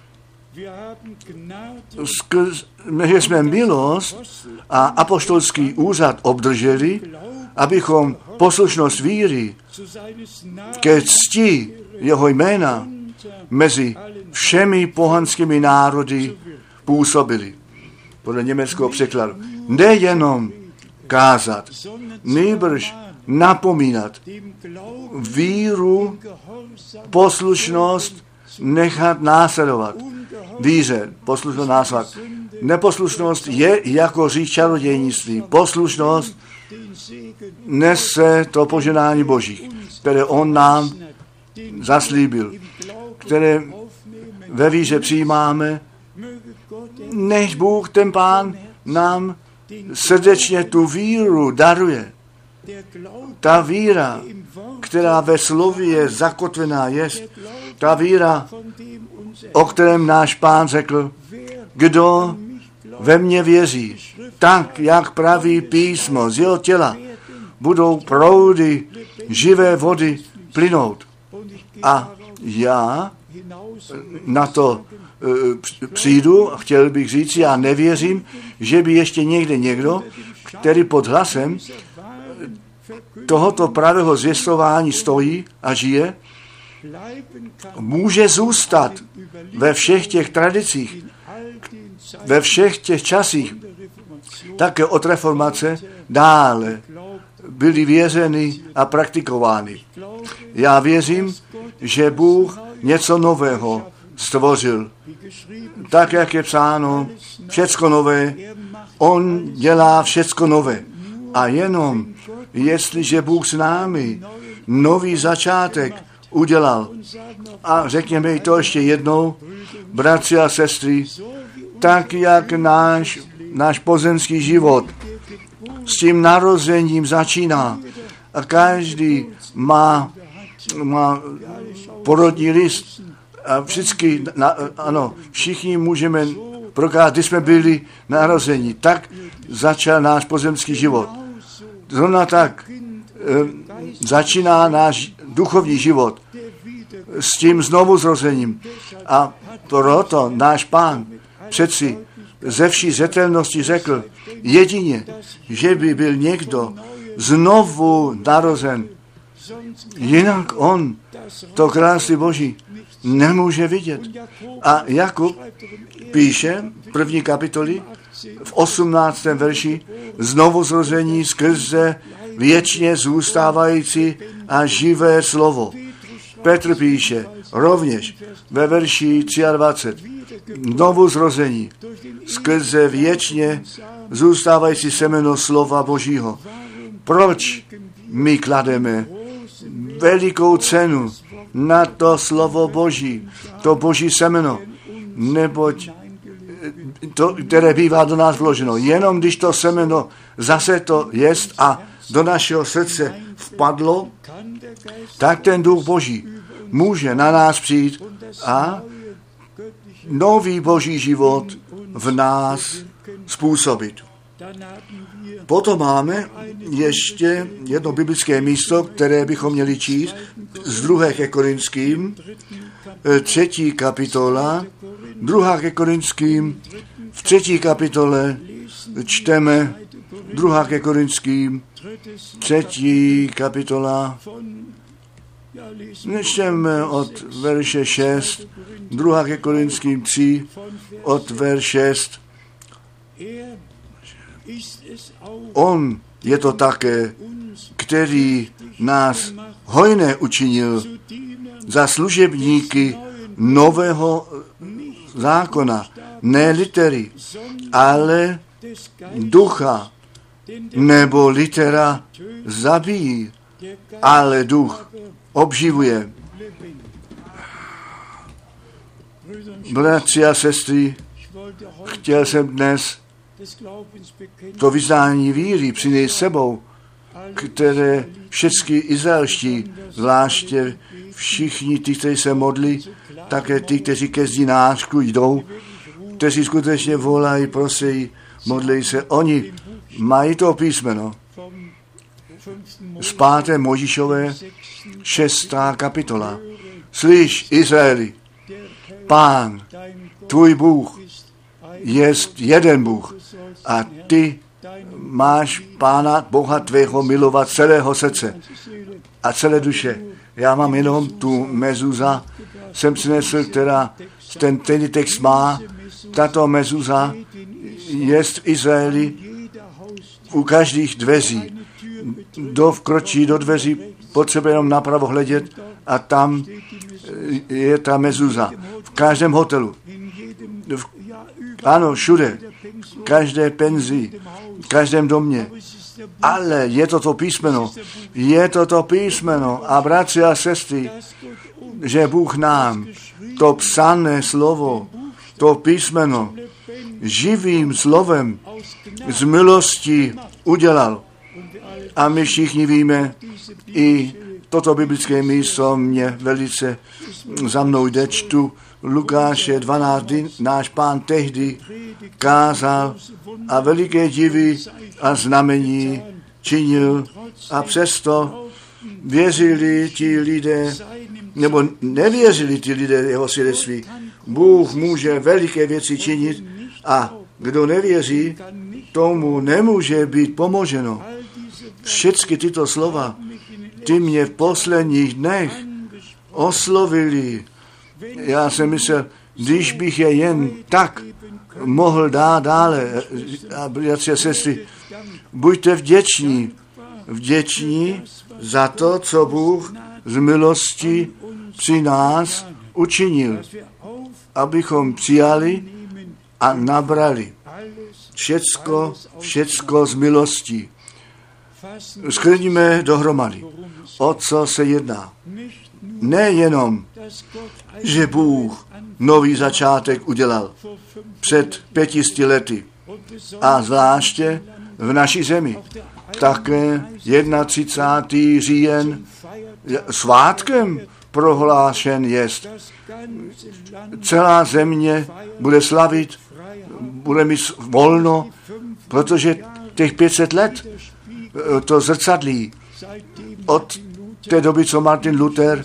že jsme milost a apoštolský úřad obdrželi, abychom poslušnost víry ke cti jeho jména mezi všemi pohanskými národy působili. Podle německého překladu. Nejenom kázat, nýbrž napomínat, víru, poslušnost nechat následovat. Víře, poslušnost následovat. Neposlušnost je jako řík čarodějnictví. Poslušnost nese to poženání Boží, které on nám zaslíbil, které ve víře přijímáme. Než Bůh, ten Pán, nám srdečně tu víru daruje. Ta víra, která ve slově zakotvená je, ta víra, o kterém náš Pán řekl, kdo ve mně věří, tak, jak praví písmo z jeho těla, budou proudy živé vody plynout. A já na to e, přijdu a chtěl bych říct, já nevěřím, že by ještě někde někdo, který pod hlasem tohoto pravého zvěstování stojí a žije, může zůstat ve všech těch tradicích, ve všech těch časích, také od reformace dále byly věřeny a praktikovány. Já věřím, že Bůh něco nového stvořil. Tak, jak je psáno, všecko nové, on dělá všecko nové. A jenom, jestliže Bůh s námi nový začátek udělal, a řekněme to ještě jednou, bratři a sestry, tak, jak náš, náš pozemský život s tím narozením začíná, a každý má, má porodní list, a všichni, na, ano, všichni můžeme prokázat, kdy jsme byli narození. Tak začal náš pozemský život. Zrovna tak e, začíná náš duchovní život s tím znovuzrozením. A proto náš Pán přeci ze vší zřetelnosti řekl, jedině, že by byl někdo znovu narozen, jinak on to království Boží nemůže vidět. A Jakub píše v první kapitoli v osmnáctém verši znovuzrození skrze věčně zůstávající a živé slovo. Petr píše rovněž ve verši dvacet tři znovuzrození skrze věčně zůstávající semeno slova Božího. Proč my klademe velikou cenu na to slovo Boží, to Boží semeno, neboť to, které bývá do nás vloženo. Jenom když to semeno zase to jest a do našeho srdce vpadlo, tak ten duch Boží může na nás přijít a nový Boží život v nás způsobit. Potom máme ještě jedno biblické místo, které bychom měli číst z druhé ke Korinským, třetí kapitola, druhá ke Korinským, v třetí kapitole čteme druhá ke Korinským, třetí kapitola, čteme od verše šest, druhá ke Korinským tři, od verše šest. On je to také, který nás hojné učinil za služebníky nového zákona, ne litery, ale ducha, nebo litera zabíjí, ale duch obživuje. Bratři a sestry, chtěl jsem dnes to vyznání víry přinést sebou, které všechny izraelští, zvláště všichni ty, kteří se modlí, také ty, kteří ke zdinářku jdou, kteří skutečně volají, prosí, modlí se, oni mají to písmeno z páté Mojžíšové šestá kapitola. Slyš, Izraeli, Pán, tvůj Bůh, jest jeden Bůh a ty máš Pána Boha tvého milovat celého srdce a celé duše. Já mám jenom tu mezuza, jsem přinesl, která ten, ten text má. Tato mezuza jest v Izraeli u každých dveří. Kdo vkročí do dveří, potřebuje jenom napravo hledět a tam je ta mezuza. V každém hotelu. V, ano, všude. Každé penzi, v každém domě. Ale je to to písmeno. Je to to písmeno. A bratři a sestry, že Bůh nám to psané slovo, to písmeno živým slovem z milosti udělal. A my všichni víme, i toto biblické místo mě velice za mnou jde, čtu Lukáše dvanáct, náš Pán tehdy kázal a veliké divy a znamení činil a přesto věřili ti lidé, nebo nevěřili ti lidé jeho svědectví. Bůh může veliké věci činit a kdo nevěří, tomu nemůže být pomoženo. Všechny tyto slova, ty mě v posledních dnech oslovili. Já jsem myslel, když bych je jen tak mohl dát dále, a bratři a sestry, buďte vděční, vděční za to, co Bůh z milosti při nás učinil. abychom přijali a nabrali všecko, všecko z milostí. Shrníme dohromady, o co se jedná. Nejenom, že Bůh nový začátek udělal před pětisty lety a zvláště v naší zemi. Také třicátého prvního říjen svátkem prohlášen jest. Celá země bude slavit, bude mít volno, protože těch pět set let to zrcadlí. Od té doby, co Martin Luther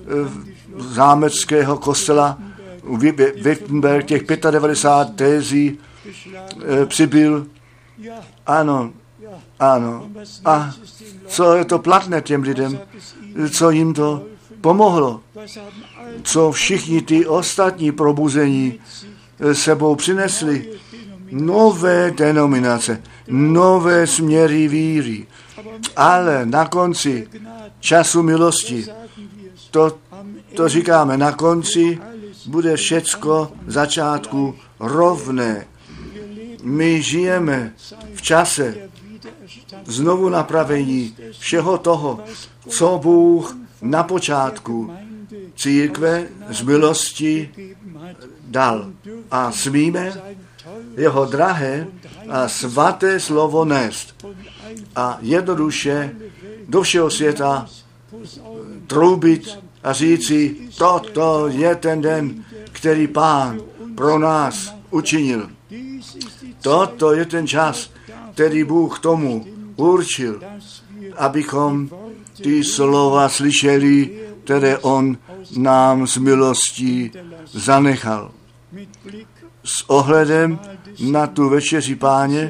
z zámeckého kostela Wittenberg těch devadesát pět tézí přibyl. Ano, ano. A co je to platné těm lidem? Co jim to pomohlo? Co všichni ty ostatní probuzení sebou přinesli? Nové denominace, nové směry víry. Ale na konci času milosti, to, to říkáme, na konci bude všecko v začátku rovné. My žijeme v čase znovu napravení všeho toho, co Bůh na počátku církve z milosti dal. A smíme jeho drahé a svaté slovo nést a jednoduše do všeho světa troubit a říci, toto je ten den, který Pán pro nás učinil. Toto je ten čas, který Bůh tomu určil, abychom ty slova slyšeli, které on nám z milostí zanechal. S ohledem na tu večeři Páně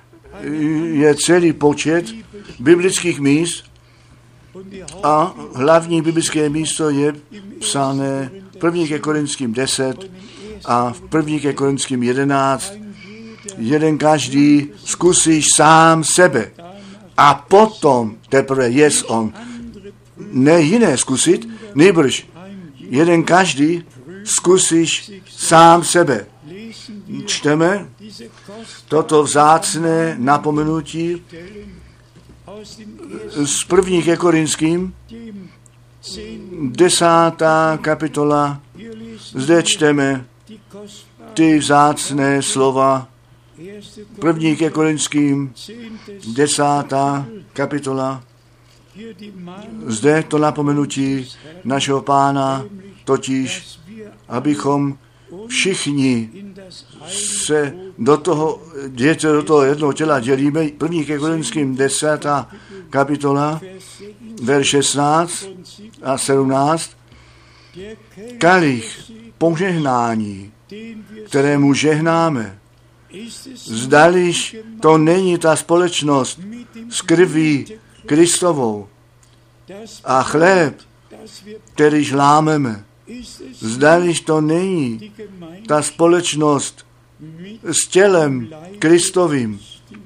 je celý počet biblických míst a hlavní biblické místo je psané v první ke Korinským deset a v první ke Korinským jedenáct. Jeden každý zkusíš sám sebe a potom teprve jest on. Ne jiné zkusit, nejbrž jeden každý zkusíš sám sebe. Čteme toto vzácné napomenutí z první ke Korinským, desátá kapitola. Zde čteme ty vzácné slova. První ke Korinským, desátá kapitola. Zde to napomenutí našeho Pána, totiž, abychom všichni se do toho, děte do toho jednoho těla dělíme. První ke Korinským, desátá kapitola, verš šestnáct a sedmnáct. Kalich požehnání, kterému žehnáme, zdališ to není ta společnost s krví Kristovou a chléb, kterýž lámeme, zdališ to není ta společnost s tělem Kristovým,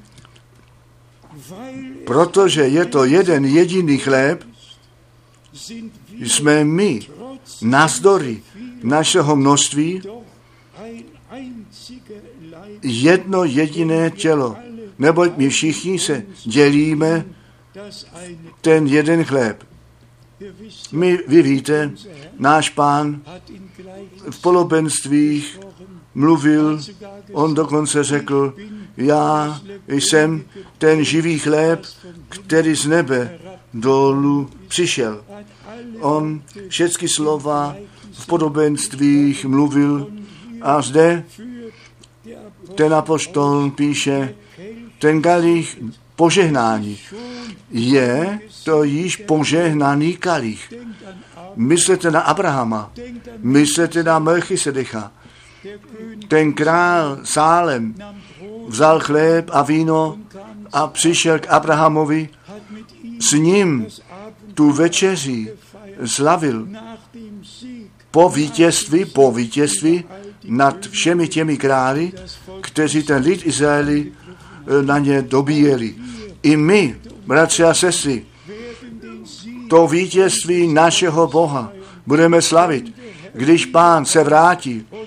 protože je to jeden jediný chléb, jsme my, navzdory našeho množství, jedno jediné tělo, neboť my všichni se dělíme ten jeden chléb. My, vy víte, náš Pán v podobenstvích mluvil, on dokonce řekl, já jsem ten živý chléb, který z nebe dolů přišel. On všechny slova v podobenstvích mluvil a zde ten apoštol píše, ten kalich požehnání je to již požehnaný kalich. Myslete na Abrahama, myslete na Melchisedecha. Ten král Sálem vzal chléb a víno a přišel k Abrahamovi, s ním tu večeři slavil po vítězství, po vítězství nad všemi těmi králi, kteří ten lid Izraeli na ně dobíjeli. I my, bratři a sestry, to vítězství našeho Boha budeme slavit, když Pán se vrátí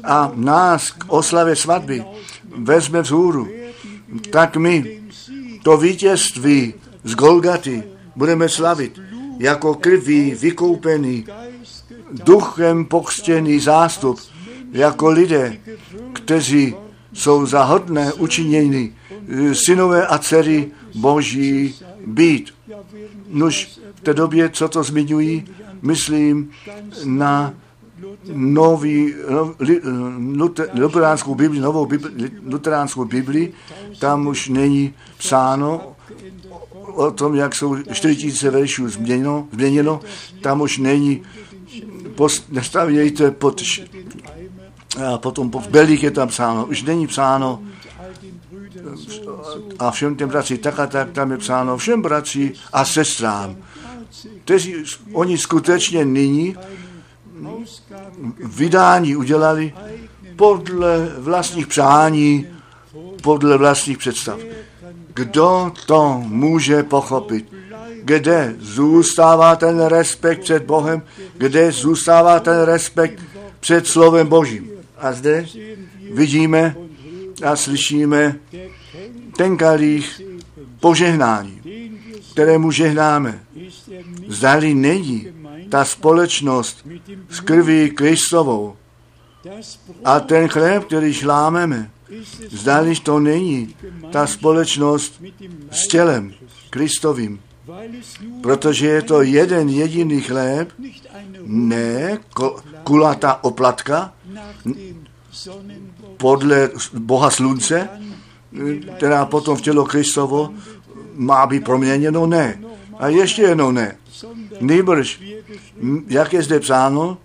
a nás k oslavě svatby vezme vzhůru, tak my to vítězství z Golgaty budeme slavit jako krví vykoupený, duchem pokřtěný zástup, jako lidé, kteří jsou za hodné učinění synové a dcery Boží být. Nož v té době, co to zmiňují, myslím na nový, luteránskou Bibli, novou Bibli, luteránskou Bibli, tam už není psáno o tom, jak jsou čtyři tisíce veršů změněno, změněno, tam už není, nestavějte pod, a potom v Belích je tam psáno, už není psáno, a všem těm bratři tak a tak, tam je psáno všem bratři a sestrám, kteří oni skutečně nyní vydání udělali podle vlastních přání, podle vlastních představ. Kdo to může pochopit? Kde zůstává ten respekt před Bohem? Kde zůstává ten respekt před slovem Božím? A zde vidíme a slyšíme ten kalich požehnání, kterému žehnáme. Zdali není ta společnost s krví Kristovou a ten chléb, který šlámeme, zdali to není ta společnost s tělem Kristovým, protože je to jeden jediný chléb, ne kulatá oplatka podle Boha slunce, která potom v tělo Kristovo má být proměněno, ne. A ještě jednou ne. Nýbrž, jak je zde psáno,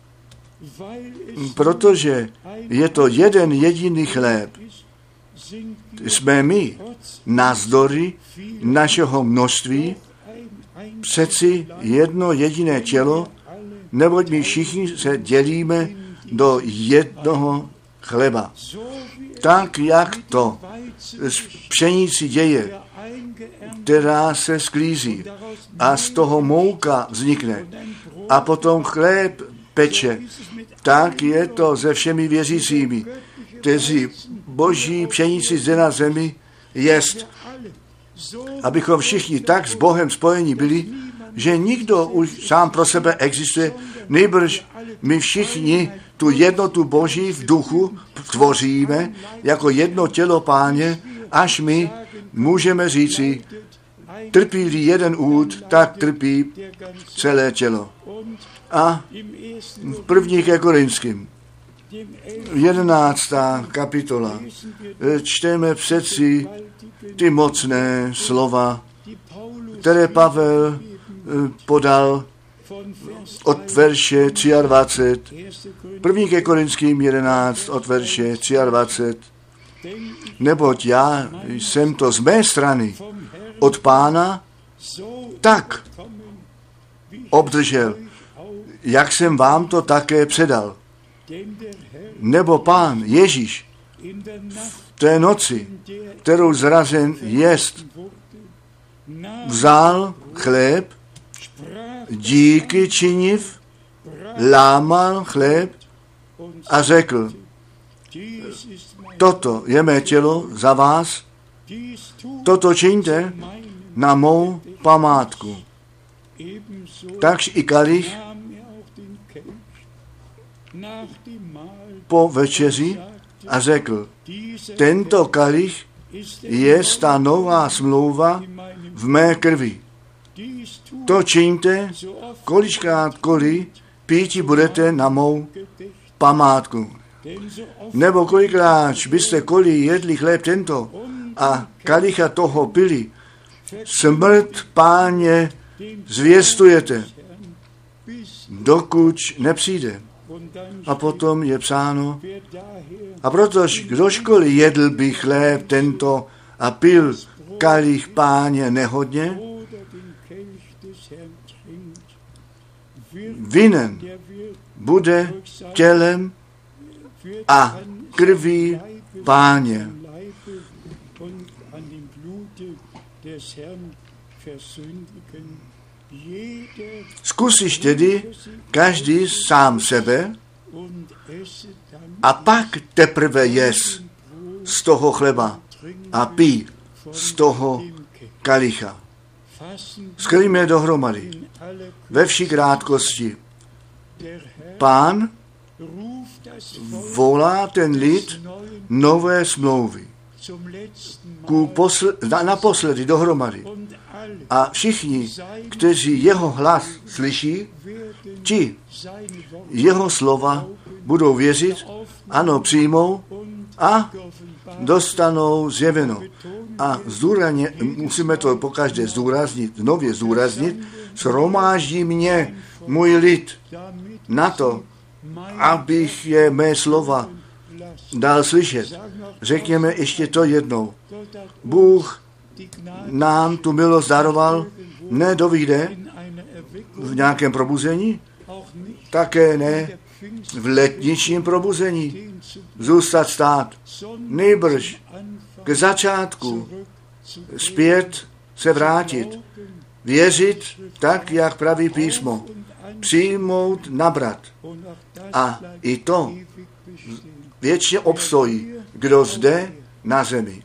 protože je to jeden jediný chléb, jsme my, navzdory našeho množství, přeci jedno jediné tělo, neboť my všichni se dělíme do jednoho chleba. Tak, jak to z pšenici děje, která se sklízí a z toho mouka vznikne a potom chléb peče, tak je to se všemi věřícími, kteří Boží pšenici zde na zemi jest. Abychom všichni tak s Bohem spojeni byli, že nikdo už sám pro sebe existuje, nejbrž my všichni tu jednotu Boží v duchu tvoříme jako jedno tělo Páně, až my můžeme říci, trpí-li jeden úd, tak trpí celé tělo. A v první ke Korinským, jedenáctá kapitola, čteme přeci ty mocné slova, které Pavel podal od verše dvacet tři. První ke Korinským jedenáct od verše dvacet tři. Neboť já jsem to z mé strany od Pána tak obdržel, jak jsem vám to také předal. Nebo Pán Ježíš v té noci, kterou zrazen jest, vzal chléb, díky činiv, lámal chléb a řekl, toto je mé tělo za vás, toto čiňte na mou památku. Takže i kalich po večeři a řekl, tento kalich je ta nová smlouva v mé krvi. To čiňte, količkrát koli píti budete na mou památku. Nebo kolikrát byste koli jedli chléb tento a kalicha toho pili, smrt Páně zvěstujete, dokud nepřijde. A potom je psáno, a protože kdožkoliv jedl by chléb tento a pil kalich Páně nehodně, vinen bude tělem a krví Páně. Zkusíš tedy každý sám sebe a pak teprve jes z toho chleba a pij z toho kalicha. Skrýme dohromady ve vší krátkosti. Pán volá ten lid nové smlouvy. Posl- na, naposledy dohromady. A všichni, kteří jeho hlas slyší, ti jeho slova budou věřit, ano, přijmou a dostanou zjeveno. A zdůraně, musíme to pokaždé zdůraznit, nově zdůraznit, shromáždí mě můj lid na to, abych je mé slova dal slyšet. Řekněme ještě to jednou. Bůh nám tu milost daroval, ne dovíde v nějakém probuzení, také ne v letničním probuzení. Zůstat stát, nejbrž k začátku, zpět se vrátit, věřit tak, jak praví písmo, přijmout, nabrat. A i to věčně obstojí, kdo zde na zemi.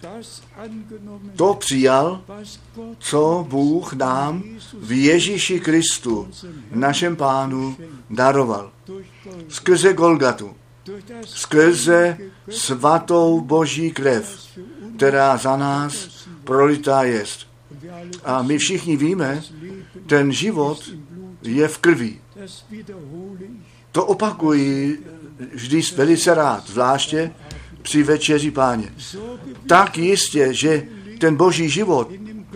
To přijal, co Bůh nám v Ježíši Kristu, našem Pánu, daroval. Skrze Golgatu, skrze svatou Boží krev, která za nás prolitá jest. A my všichni víme, ten život je v krvi. To opakuji vždy velice rád, zvláště při večeři Páně. Tak jistě, že ten boží život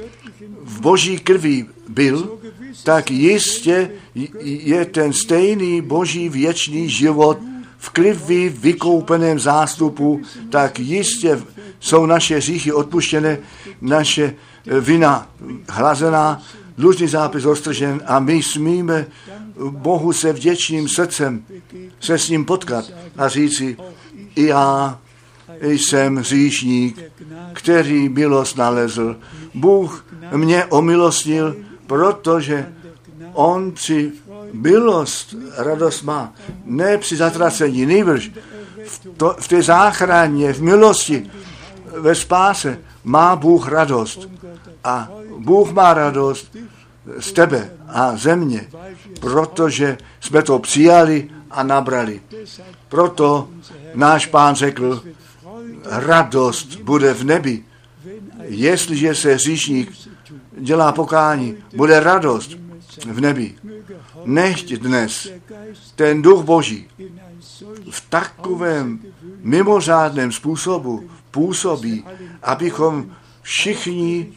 v boží krvi byl, tak jistě je ten stejný boží věčný život v krvi vykoupeném zástupu, tak jistě jsou naše hříchy odpuštěné, naše vina hlazená, dlužný zápis roztržen a my smíme Bohu se vděčným srdcem se s ním potkat a říci, i já jsem hříšník, který milost nalezl. Bůh mě omilostnil, protože on při milost radost má. Ne při zatracení, nejbrž v, to, v té záchraně, v milosti, ve spáse má Bůh radost. A Bůh má radost z tebe a ze mě, protože jsme to přijali a nabrali. Proto náš Pán řekl, radost bude v nebi. Jestliže se hříšník dělá pokání, bude radost v nebi. Nechť dnes ten duch Boží v takovém mimořádném způsobu působí, abychom všichni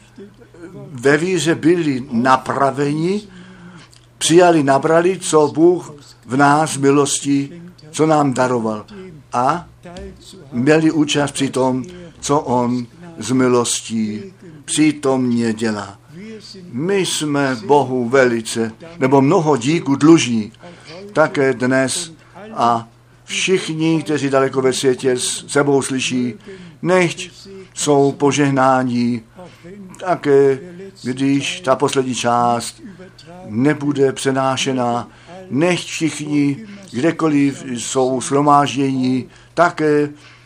ve víře byli napraveni, přijali, nabrali, co Bůh v nás milostí, co nám daroval. A měli účast při tom, co on z milostí přítomně dělá. My jsme Bohu velice, nebo mnoho díků dlužní, také dnes a všichni, kteří daleko ve světě s sebou slyší, nechť jsou požehnání, také když ta poslední část nebude přenášena, nechť všichni, kdekoliv jsou shromáždění, také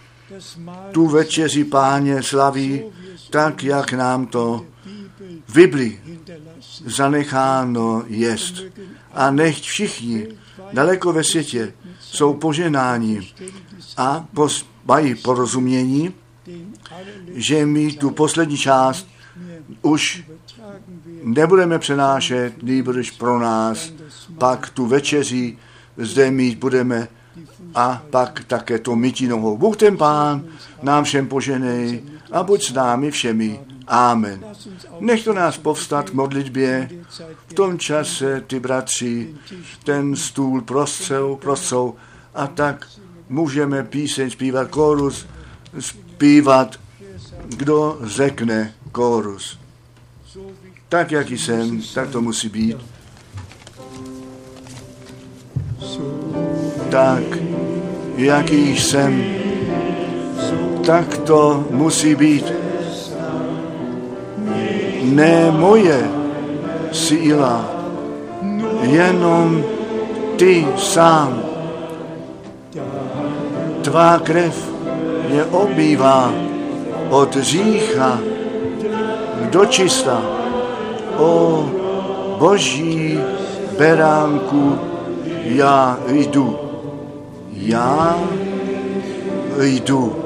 tu večeři Páně slaví, tak, jak nám to v Biblii zanecháno jest. A nechť všichni daleko ve světě jsou požehnáni a pos, mají porozumění, že my tu poslední část už nebudeme přenášet, nýbrž pro nás, pak tu večeři zde mít budeme a pak také to mytí nohou. Bůh ten Pán nám všem poženej a buď s námi všemi. Amen. Nech to nás povstat k modlitbě. V tom čase ty bratři ten stůl prostřou, prostřou a tak můžeme píseň zpívat, kórus zpívat, kdo řekne kórus. Tak, jak jsem, tak to musí být. Tak, jaký jsem, tak to musí být. Ne moje síla, jenom ty sám. tvá krev mě obývá od hřícha do čista. O Boží beránku, já jdu, já jdu.